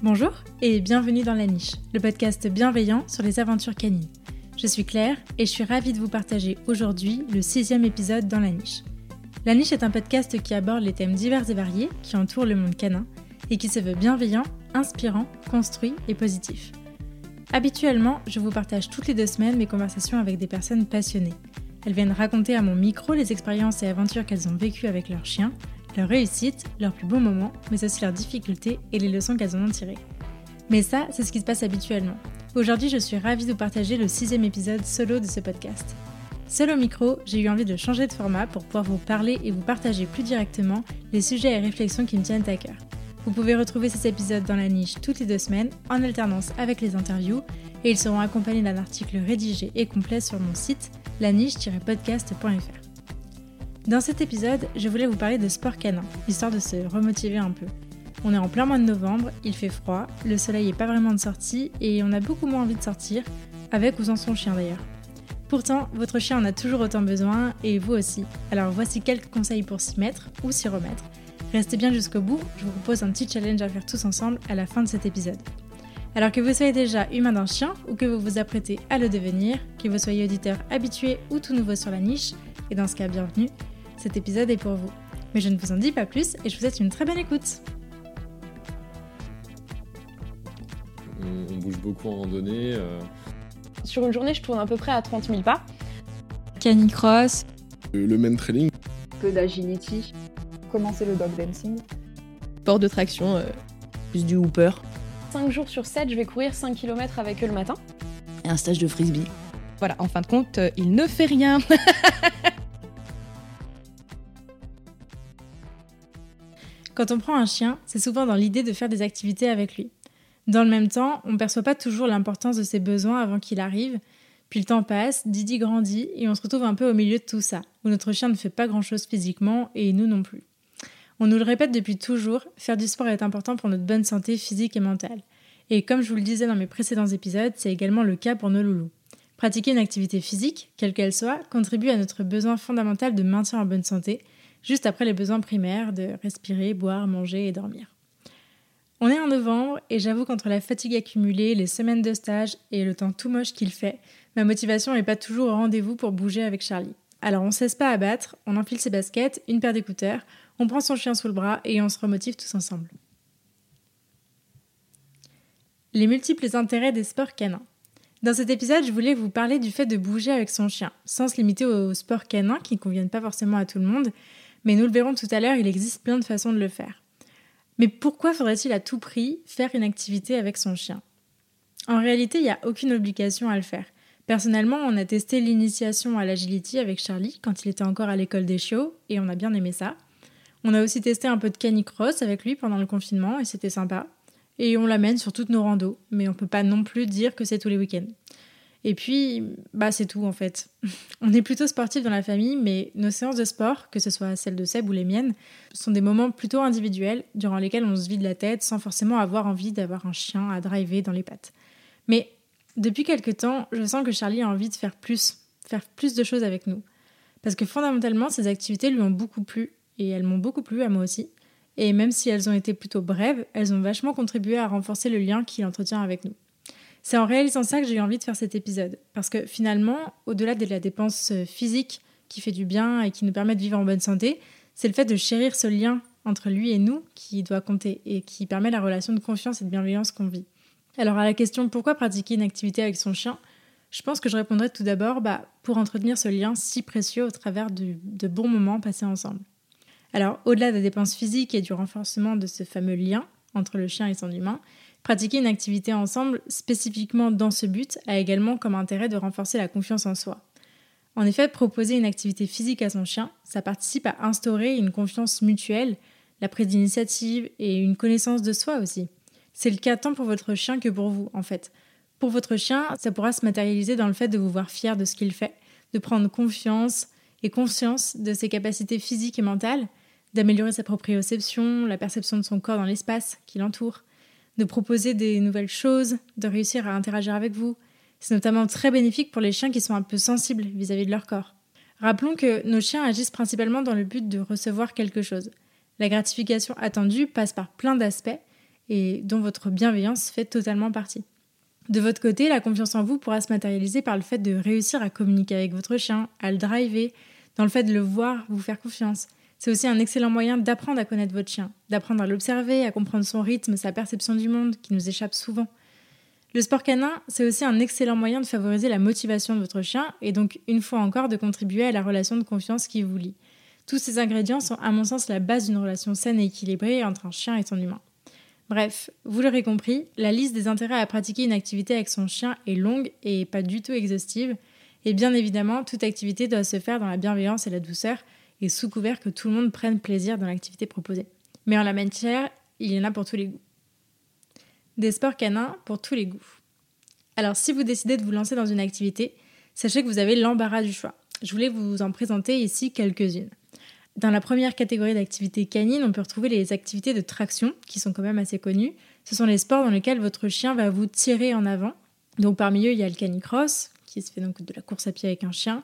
Bonjour et bienvenue dans La Niche, le podcast bienveillant sur les aventures canines. Je suis Claire et je suis ravie de vous partager aujourd'hui le 6e épisode dans La Niche. La Niche est un podcast qui aborde les thèmes divers et variés qui entourent le monde canin et qui se veut bienveillant, inspirant, construit et positif. Habituellement, je vous partage toutes les 2 semaines mes conversations avec des personnes passionnées. Elles viennent raconter à mon micro les expériences et aventures qu'elles ont vécues avec leurs chiens, leurs réussites, leurs plus beaux moments, mais aussi leurs difficultés et les leçons qu'elles en ont tirées. Mais ça, c'est ce qui se passe habituellement. Aujourd'hui, je suis ravie de vous partager le 6e épisode solo de ce podcast. Seul au micro, j'ai eu envie de changer de format pour pouvoir vous parler et vous partager plus directement les sujets et réflexions qui me tiennent à cœur. Vous pouvez retrouver ces épisodes dans La Niche toutes les 2 semaines, en alternance avec les interviews, et ils seront accompagnés d'un article rédigé et complet sur mon site, laniche-podcast.fr. Dans cet épisode, je voulais vous parler de sport canin, histoire de se remotiver un peu. On est en plein mois de novembre, il fait froid, le soleil n'est pas vraiment de sortie, et on a beaucoup moins envie de sortir, avec ou sans son chien d'ailleurs. Pourtant, votre chien en a toujours autant besoin, et vous aussi. Alors voici quelques conseils pour s'y mettre, ou s'y remettre. Restez bien jusqu'au bout, je vous propose un petit challenge à faire tous ensemble à la fin de cet épisode. Alors que vous soyez déjà humain d'un chien ou que vous vous apprêtez à le devenir, que vous soyez auditeur habitué ou tout nouveau sur La Niche, et dans ce cas bienvenue, cet épisode est pour vous. Mais je ne vous en dis pas plus et je vous souhaite une très bonne écoute. On bouge beaucoup en randonnée. Sur une journée, je tourne à peu près à 30 000 pas. Canicross. Le main trailing. Un peu d'agility. Commencer le dog dancing. Sport de traction, plus du hooper. 5 jours sur 7, je vais courir 5 km avec eux le matin. Et un stage de frisbee. Voilà, en fin de compte, il ne fait rien. Quand on prend un chien, c'est souvent dans l'idée de faire des activités avec lui. Dans le même temps, on ne perçoit pas toujours l'importance de ses besoins avant qu'il arrive. Puis le temps passe, Didi grandit et on se retrouve un peu au milieu de tout ça, où notre chien ne fait pas grand-chose physiquement et nous non plus. On nous le répète depuis toujours, faire du sport est important pour notre bonne santé physique et mentale. Et comme je vous le disais dans mes précédents épisodes, c'est également le cas pour nos loulous. Pratiquer une activité physique, quelle qu'elle soit, contribue à notre besoin fondamental de maintien en bonne santé, juste après les besoins primaires de respirer, boire, manger et dormir. On est en novembre et j'avoue qu'entre la fatigue accumulée, les semaines de stage et le temps tout moche qu'il fait, ma motivation n'est pas toujours au rendez-vous pour bouger avec Charlie. Alors on ne cesse pas à battre, on enfile ses baskets, une paire d'écouteurs, on prend son chien sous le bras et on se remotive tous ensemble. Les multiples intérêts des sports canins. Dans cet épisode, je voulais vous parler du fait de bouger avec son chien, sans se limiter aux sports canins qui ne conviennent pas forcément à tout le monde, mais nous le verrons tout à l'heure, il existe plein de façons de le faire. Mais pourquoi faudrait-il à tout prix faire une activité avec son chien ? En réalité, il n'y a aucune obligation à le faire. Personnellement, on a testé l'initiation à l'agility avec Charlie quand il était encore à l'école des chiots et on a bien aimé ça. On a aussi testé un peu de canicross avec lui pendant le confinement et c'était sympa. Et on l'amène sur toutes nos randos, mais on peut pas non plus dire que c'est tous les week-ends. Et puis, c'est tout en fait. On est plutôt sportifs dans la famille, mais nos séances de sport, que ce soit celles de Seb ou les miennes, sont des moments plutôt individuels durant lesquels on se vide la tête sans forcément avoir envie d'avoir un chien à driver dans les pattes. Mais depuis quelques temps, je sens que Charlie a envie de faire plus de choses avec nous. Parce que fondamentalement, ces activités lui ont beaucoup plu, et elles m'ont beaucoup plu à moi aussi. Et même si elles ont été plutôt brèves, elles ont vachement contribué à renforcer le lien qu'il entretient avec nous. C'est en réalisant ça que j'ai eu envie de faire cet épisode. Parce que finalement, au-delà de la dépense physique qui fait du bien et qui nous permet de vivre en bonne santé, c'est le fait de chérir ce lien entre lui et nous qui doit compter et qui permet la relation de confiance et de bienveillance qu'on vit. Alors à la question pourquoi pratiquer une activité avec son chien, je pense que je répondrais tout d'abord pour entretenir ce lien si précieux au travers de bons moments passés ensemble. Alors au-delà des dépenses physiques et du renforcement de ce fameux lien entre le chien et son humain, pratiquer une activité ensemble, spécifiquement dans ce but, a également comme intérêt de renforcer la confiance en soi. En effet, proposer une activité physique à son chien, ça participe à instaurer une confiance mutuelle, la prise d'initiative et une connaissance de soi aussi. C'est le cas tant pour votre chien que pour vous, en fait. Pour votre chien, ça pourra se matérialiser dans le fait de vous voir fier de ce qu'il fait, de prendre confiance et conscience de ses capacités physiques et mentales, d'améliorer sa proprioception, la perception de son corps dans l'espace qui l'entoure, de proposer des nouvelles choses, de réussir à interagir avec vous. C'est notamment très bénéfique pour les chiens qui sont un peu sensibles vis-à-vis de leur corps. Rappelons que nos chiens agissent principalement dans le but de recevoir quelque chose. La gratification attendue passe par plein d'aspects et dont votre bienveillance fait totalement partie. De votre côté, la confiance en vous pourra se matérialiser par le fait de réussir à communiquer avec votre chien, à le driver, dans le fait de le voir vous faire confiance. C'est aussi un excellent moyen d'apprendre à connaître votre chien, d'apprendre à l'observer, à comprendre son rythme, sa perception du monde qui nous échappe souvent. Le sport canin, c'est aussi un excellent moyen de favoriser la motivation de votre chien et donc, une fois encore, de contribuer à la relation de confiance qui vous lie. Tous ces ingrédients sont, à mon sens, la base d'une relation saine et équilibrée entre un chien et son humain. Bref, vous l'aurez compris, la liste des intérêts à pratiquer une activité avec son chien est longue et pas du tout exhaustive. Et bien évidemment, toute activité doit se faire dans la bienveillance et la douceur et sous couvert que tout le monde prenne plaisir dans l'activité proposée. Mais en la matière, il y en a pour tous les goûts. Des sports canins pour tous les goûts. Alors si vous décidez de vous lancer dans une activité, sachez que vous avez l'embarras du choix. Je voulais vous en présenter ici quelques-unes. Dans la première catégorie d'activités canines, on peut retrouver les activités de traction, qui sont quand même assez connues. Ce sont les sports dans lesquels votre chien va vous tirer en avant. Donc parmi eux, il y a le canicross, qui se fait donc de la course à pied avec un chien,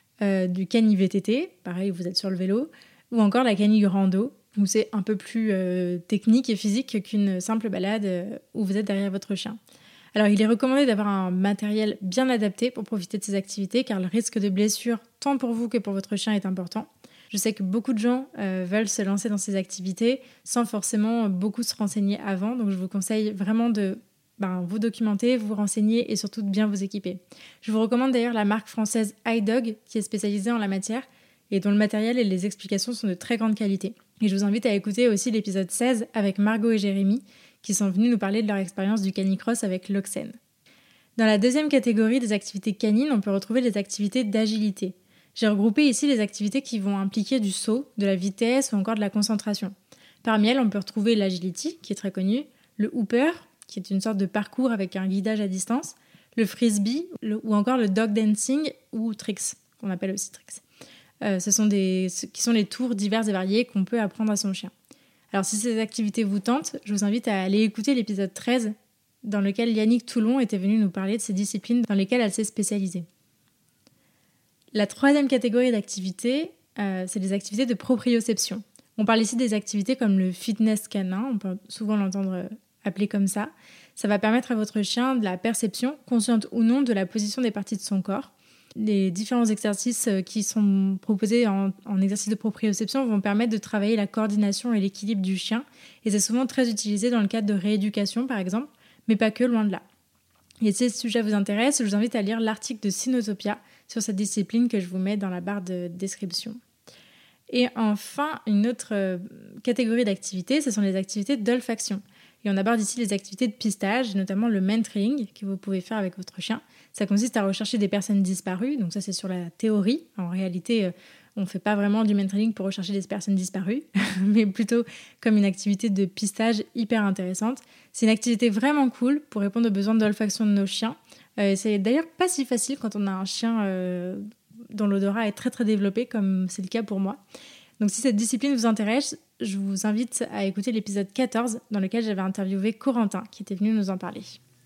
du cani-VTT, pareil, vous êtes sur le vélo, ou encore la cani-rando, où c'est un peu plus technique et physique qu'une simple balade où vous êtes derrière votre chien. Alors il est recommandé d'avoir un matériel bien adapté pour profiter de ces activités, car le risque de blessure, tant pour vous que pour votre chien, est important. Je sais que beaucoup de gens veulent se lancer dans ces activités sans forcément beaucoup se renseigner avant. Donc je vous conseille vraiment de vous documenter, vous renseigner et surtout de bien vous équiper. Je vous recommande d'ailleurs la marque française iDog qui est spécialisée en la matière et dont le matériel et les explications sont de très grande qualité. Et je vous invite à écouter aussi l'épisode 16 avec Margot et Jérémy qui sont venus nous parler de leur expérience du canicross avec l'Oxen. Dans la deuxième catégorie des activités canines, on peut retrouver les activités d'agilité. J'ai regroupé ici les activités qui vont impliquer du saut, de la vitesse ou encore de la concentration. Parmi elles, on peut retrouver l'agility, qui est très connu, le hooper, qui est une sorte de parcours avec un guidage à distance, le frisbee ou encore le dog dancing ou tricks, qu'on appelle aussi tricks. Ce sont les tours divers et variés qu'on peut apprendre à son chien. Alors si ces activités vous tentent, je vous invite à aller écouter l'épisode 13 dans lequel Yannick Toulon était venu nous parler de ces disciplines dans lesquelles elle s'est spécialisée. La troisième catégorie d'activités, c'est les activités de proprioception. On parle ici des activités comme le fitness canin, on peut souvent l'entendre appelé comme ça. Ça va permettre à votre chien de la perception, consciente ou non, de la position des parties de son corps. Les différents exercices qui sont proposés en exercice de proprioception vont permettre de travailler la coordination et l'équilibre du chien. Et c'est souvent très utilisé dans le cadre de rééducation, par exemple, mais pas que, loin de là. Et si ce sujet vous intéresse, je vous invite à lire l'article de Synotopia sur cette discipline que je vous mets dans la barre de description. Et enfin, une autre catégorie d'activités, ce sont les activités d'olfaction. Et on aborde ici les activités de pistage, notamment le mentoring que vous pouvez faire avec votre chien. Ça consiste à rechercher des personnes disparues, donc ça c'est sur la théorie. En réalité, on ne fait pas vraiment du mentoring pour rechercher des personnes disparues, mais plutôt comme une activité de pistage hyper intéressante. C'est une activité vraiment cool pour répondre aux besoins d'olfaction de nos chiens. C'est d'ailleurs pas si facile quand on a un chien dont l'odorat est très très développé, comme c'est le cas pour moi. Donc si cette discipline vous intéresse, je vous invite à écouter l'épisode 14 dans lequel j'avais interviewé Corentin qui était venu nous en parler.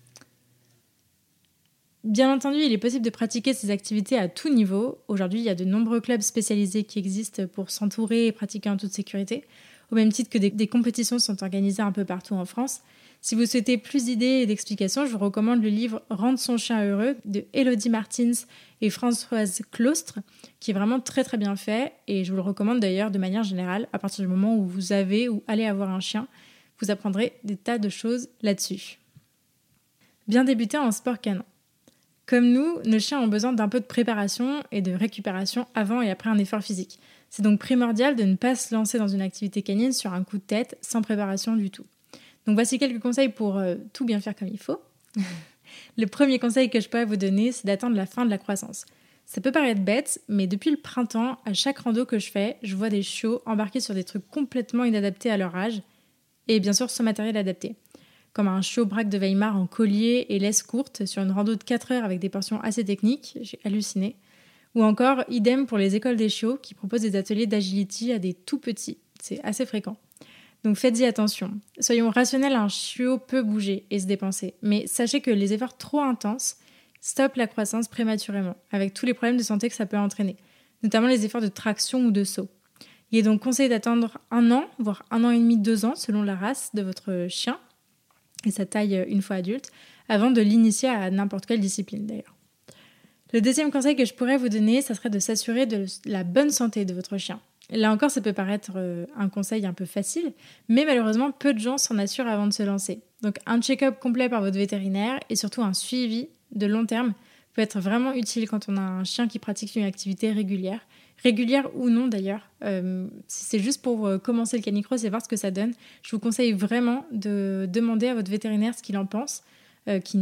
Bien entendu, il est possible de pratiquer ces activités à tout niveau. Aujourd'hui, il y a de nombreux clubs spécialisés qui existent pour s'entourer et pratiquer en toute sécurité, au même titre que des compétitions sont organisées un peu partout en France. Si vous souhaitez plus d'idées et d'explications, je vous recommande le livre « Rendre son chien heureux » de Elodie Martins et Françoise Claustre, qui est vraiment très très bien fait, et je vous le recommande d'ailleurs de manière générale. À partir du moment où vous avez ou allez avoir un chien, vous apprendrez des tas de choses là-dessus. Bien débuter en sport canin. Comme nous, nos chiens ont besoin d'un peu de préparation et de récupération avant et après un effort physique. C'est donc primordial de ne pas se lancer dans une activité canine sur un coup de tête, sans préparation du tout. Donc voici quelques conseils pour tout bien faire comme il faut. Le premier conseil que je peux vous donner, c'est d'attendre la fin de la croissance. Ça peut paraître bête, mais depuis le printemps, à chaque rando que je fais, je vois des chiots embarqués sur des trucs complètement inadaptés à leur âge, et bien sûr sans matériel adapté. Comme un chiot braque de Weimar en collier et laisse courte sur une rando de 4 heures avec des portions assez techniques, j'ai halluciné. Ou encore, idem pour les écoles des chiots qui proposent des ateliers d'agility à des tout petits. C'est assez fréquent. Donc faites-y attention. Soyons rationnels, un chiot peut bouger et se dépenser. Mais sachez que les efforts trop intenses stoppent la croissance prématurément, avec tous les problèmes de santé que ça peut entraîner, notamment les efforts de traction ou de saut. Il est donc conseillé d'attendre 1 an, voire 1 an et demi, 2 ans, selon la race de votre chien, et sa taille une fois adulte, avant de l'initier à n'importe quelle discipline d'ailleurs. Le deuxième conseil que je pourrais vous donner, ça serait de s'assurer de la bonne santé de votre chien. Là encore, ça peut paraître un conseil un peu facile, mais malheureusement, peu de gens s'en assurent avant de se lancer. Donc un check-up complet par votre vétérinaire et surtout un suivi de long terme peut être vraiment utile quand on a un chien qui pratique une activité régulière ou non d'ailleurs. Si c'est juste pour commencer le canicross et voir ce que ça donne, je vous conseille vraiment de demander à votre vétérinaire ce qu'il en pense, qui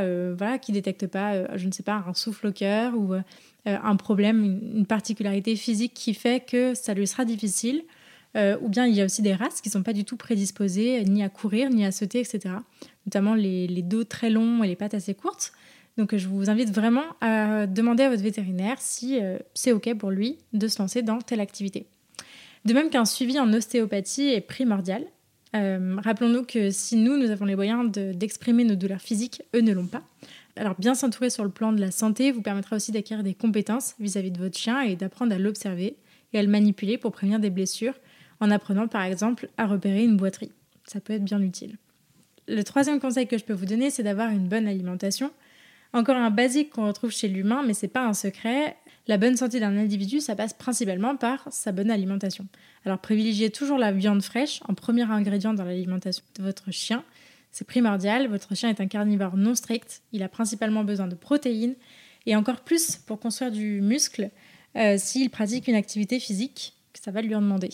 détecte pas, je ne sais pas, un souffle au cœur ou un problème, une particularité physique qui fait que ça lui sera difficile. Ou bien il y a aussi des races qui ne sont pas du tout prédisposées ni à courir, ni à sauter, etc. Notamment les dos très longs et les pattes assez courtes. Donc je vous invite vraiment à demander à votre vétérinaire si c'est OK pour lui de se lancer dans telle activité. De même qu'un suivi en ostéopathie est primordial. Rappelons-nous que si nous avons les moyens d'exprimer nos douleurs physiques, eux ne l'ont pas. Alors bien s'entourer sur le plan de la santé vous permettra aussi d'acquérir des compétences vis-à-vis de votre chien et d'apprendre à l'observer et à le manipuler pour prévenir des blessures, en apprenant par exemple à repérer une boiterie. Ça peut être bien utile. Le troisième conseil que je peux vous donner, c'est d'avoir une bonne alimentation. Encore un basique qu'on retrouve chez l'humain, mais c'est pas un secret. La bonne santé d'un individu, ça passe principalement par sa bonne alimentation. Alors privilégiez toujours la viande fraîche en premier ingrédient dans l'alimentation de votre chien. C'est primordial, votre chien est un carnivore non strict, il a principalement besoin de protéines et encore plus pour construire du muscle s'il pratique une activité physique, que ça va lui en demander.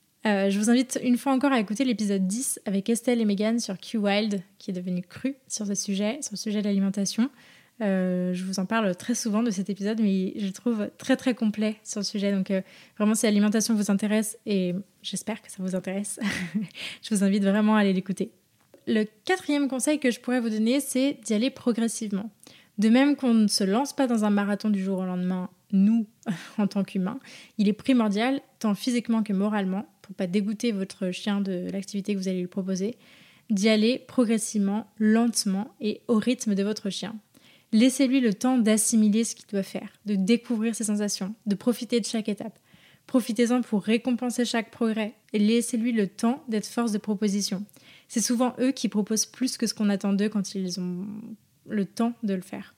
Je vous invite une fois encore à écouter l'épisode 10 avec Estelle et Megan sur Q-Wild, qui est devenu Cru sur le sujet de l'alimentation. Je vous en parle très souvent de cet épisode, mais je le trouve très très complet sur le sujet. Donc vraiment, si l'alimentation vous intéresse, et j'espère que ça vous intéresse, je vous invite vraiment à aller l'écouter. Le quatrième conseil que je pourrais vous donner, c'est d'y aller progressivement. De même qu'on ne se lance pas dans un marathon du jour au lendemain, nous, en tant qu'humains, il est primordial, tant physiquement que moralement, pour ne pas dégoûter votre chien de l'activité que vous allez lui proposer, d'y aller progressivement, lentement et au rythme de votre chien. Laissez-lui le temps d'assimiler ce qu'il doit faire, de découvrir ses sensations, de profiter de chaque étape. Profitez-en pour récompenser chaque progrès et laissez-lui le temps d'être force de proposition. C'est souvent eux qui proposent plus que ce qu'on attend d'eux quand ils ont le temps de le faire.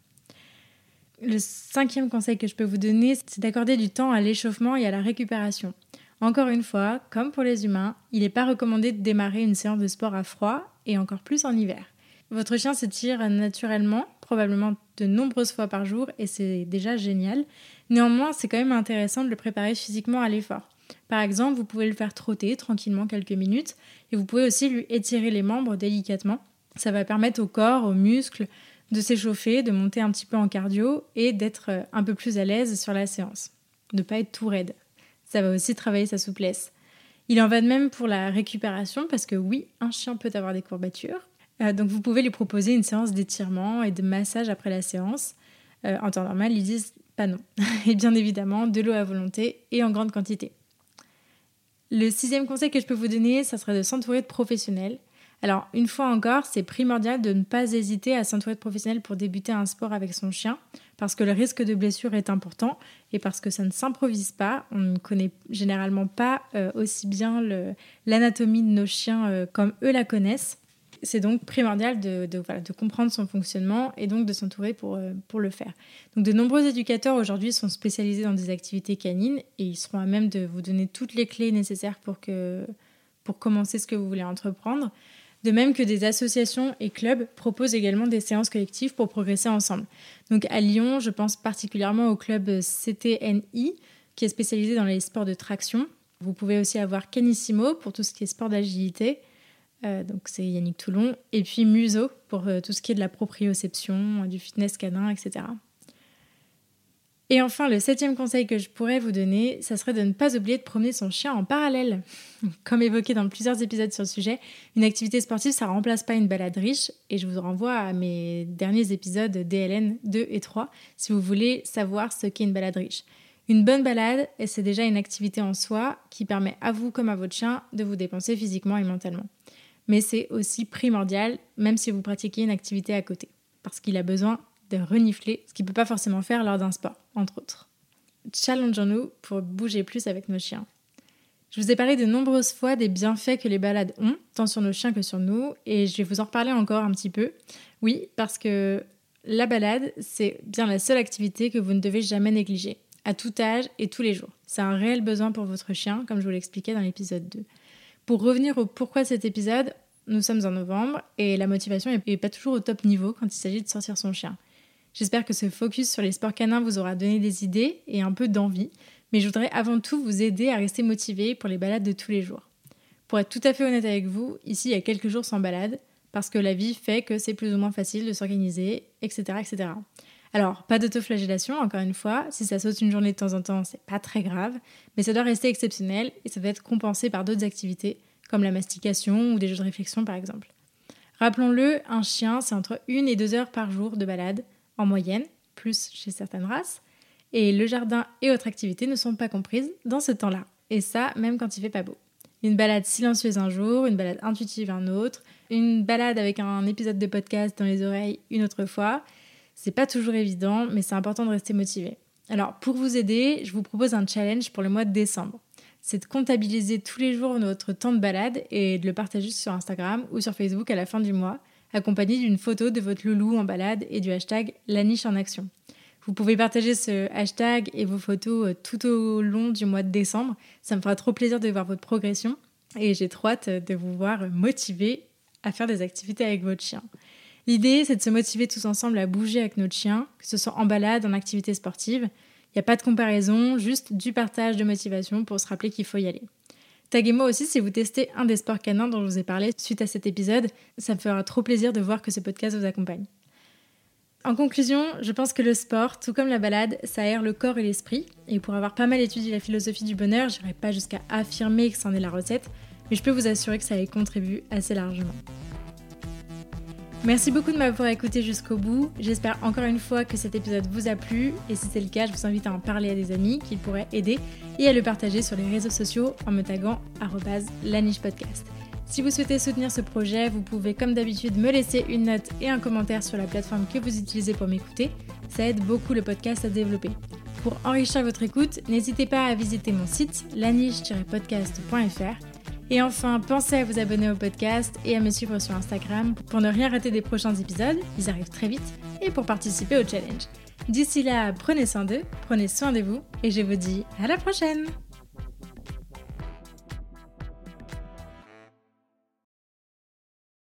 Le cinquième conseil que je peux vous donner, c'est d'accorder du temps à l'échauffement et à la récupération. Encore une fois, comme pour les humains, il n'est pas recommandé de démarrer une séance de sport à froid et encore plus en hiver. Votre chien s'étire naturellement, probablement de nombreuses fois par jour et c'est déjà génial. Néanmoins, c'est quand même intéressant de le préparer physiquement à l'effort. Par exemple, vous pouvez le faire trotter tranquillement quelques minutes et vous pouvez aussi lui étirer les membres délicatement. Ça va permettre au corps, aux muscles de s'échauffer, de monter un petit peu en cardio et d'être un peu plus à l'aise sur la séance, de ne pas être tout raide. Ça va aussi travailler sa souplesse. Il en va de même pour la récupération parce que oui, un chien peut avoir des courbatures. Donc vous pouvez lui proposer une séance d'étirement et de massage après la séance. En temps normal, ils disent pas non. Et bien évidemment, de l'eau à volonté et en grande quantité. Le sixième conseil que je peux vous donner, ça serait de s'entourer de professionnels. Alors, une fois encore, c'est primordial de ne pas hésiter à s'entourer de professionnels pour débuter un sport avec son chien, parce que le risque de blessure est important et parce que ça ne s'improvise pas. On ne connaît généralement pas aussi bien l'anatomie de nos chiens comme eux la connaissent. C'est donc primordial de comprendre son fonctionnement et donc de s'entourer pour le faire. Donc de nombreux éducateurs aujourd'hui sont spécialisés dans des activités canines et ils seront à même de vous donner toutes les clés nécessaires pour commencer ce que vous voulez entreprendre. De même que des associations et clubs proposent également des séances collectives pour progresser ensemble. Donc à Lyon, je pense particulièrement au club CTNI qui est spécialisé dans les sports de traction. Vous pouvez aussi avoir Canissimo pour tout ce qui est sport d'agilité. Donc c'est Yannick Toulon, et puis Muso pour tout ce qui est de la proprioception, du fitness canin, etc. Et enfin, le septième conseil que je pourrais vous donner, ça serait de ne pas oublier de promener son chien en parallèle. Comme évoqué dans plusieurs épisodes sur le sujet, une activité sportive, ça ne remplace pas une balade riche, et je vous renvoie à mes derniers épisodes DLN 2 et 3 si vous voulez savoir ce qu'est une balade riche. Une bonne balade, c'est déjà une activité en soi qui permet à vous comme à votre chien de vous dépenser physiquement et mentalement. Mais c'est aussi primordial, même si vous pratiquez une activité à côté, parce qu'il a besoin de renifler, ce qu'il ne peut pas forcément faire lors d'un sport, entre autres. Challengeons-nous pour bouger plus avec nos chiens. Je Je vous ai parlé de nombreuses fois des bienfaits que les balades ont, tant sur nos chiens que sur nous, et je vais vous en reparler encore un petit peu. Oui, parce que la balade, c'est bien la seule activité que vous ne devez jamais négliger, à tout âge et tous les jours. C'est un réel besoin pour votre chien, comme je vous l'expliquais dans l'épisode 2. Pour revenir au pourquoi de cet épisode, nous sommes en novembre et la motivation n'est pas toujours au top niveau quand il s'agit de sortir son chien. J'espère que ce focus sur les sports canins vous aura donné des idées et un peu d'envie, mais je voudrais avant tout vous aider à rester motivé pour les balades de tous les jours. Pour être tout à fait honnête avec vous, ici il y a quelques jours sans balade, parce que la vie fait que c'est plus ou moins facile de s'organiser, etc. etc. Alors, pas d'autoflagellation, encore une fois, si ça saute une journée de temps en temps, c'est pas très grave, mais ça doit rester exceptionnel et ça doit être compensé par d'autres activités, comme la mastication ou des jeux de réflexion par exemple. Rappelons-le, un chien, c'est entre 1 et 2 heures par jour de balade, en moyenne, plus chez certaines races, et le jardin et autres activités ne sont pas comprises dans ce temps-là. Et ça, même quand il fait pas beau. Une balade silencieuse un jour, une balade intuitive un autre, une balade avec un épisode de podcast dans les oreilles une autre fois. C'est pas toujours évident, mais c'est important de rester motivé. Alors, pour vous aider, je vous propose un challenge pour le mois de décembre. C'est de comptabiliser tous les jours notre temps de balade et de le partager sur Instagram ou sur Facebook à la fin du mois, accompagné d'une photo de votre loulou en balade et du hashtag #LaNicheEnAction. Vous pouvez partager ce hashtag et vos photos tout au long du mois de décembre. Ça me fera trop plaisir de voir votre progression et j'ai trop hâte de vous voir motivé à faire des activités avec votre chien. L'idée, c'est de se motiver tous ensemble à bouger avec notre chien, que ce soit en balade, en activité sportive. Il n'y a pas de comparaison, juste du partage de motivation pour se rappeler qu'il faut y aller. Taguez-moi aussi si vous testez un des sports canins dont je vous ai parlé suite à cet épisode. Ça me fera trop plaisir de voir que ce podcast vous accompagne. En conclusion, je pense que le sport, tout comme la balade, ça aère le corps et l'esprit. Et pour avoir pas mal étudié la philosophie du bonheur, j'irai pas jusqu'à affirmer que c'en est la recette, mais je peux vous assurer que ça y contribue assez largement. Merci beaucoup de m'avoir écouté jusqu'au bout. J'espère encore une fois que cet épisode vous a plu. Et si c'est le cas, je vous invite à en parler à des amis qui pourraient aider et à le partager sur les réseaux sociaux en me taguant @lanichepodcast. Si vous souhaitez soutenir ce projet, vous pouvez comme d'habitude me laisser une note et un commentaire sur la plateforme que vous utilisez pour m'écouter. Ça aide beaucoup le podcast à se développer. Pour enrichir votre écoute, n'hésitez pas à visiter mon site laniche-podcast.fr. Et enfin, pensez à vous abonner au podcast et à me suivre sur Instagram pour ne rien rater des prochains épisodes, ils arrivent très vite, et pour participer au challenge. D'ici là, prenez soin d'eux, prenez soin de vous, et je vous dis à la prochaine!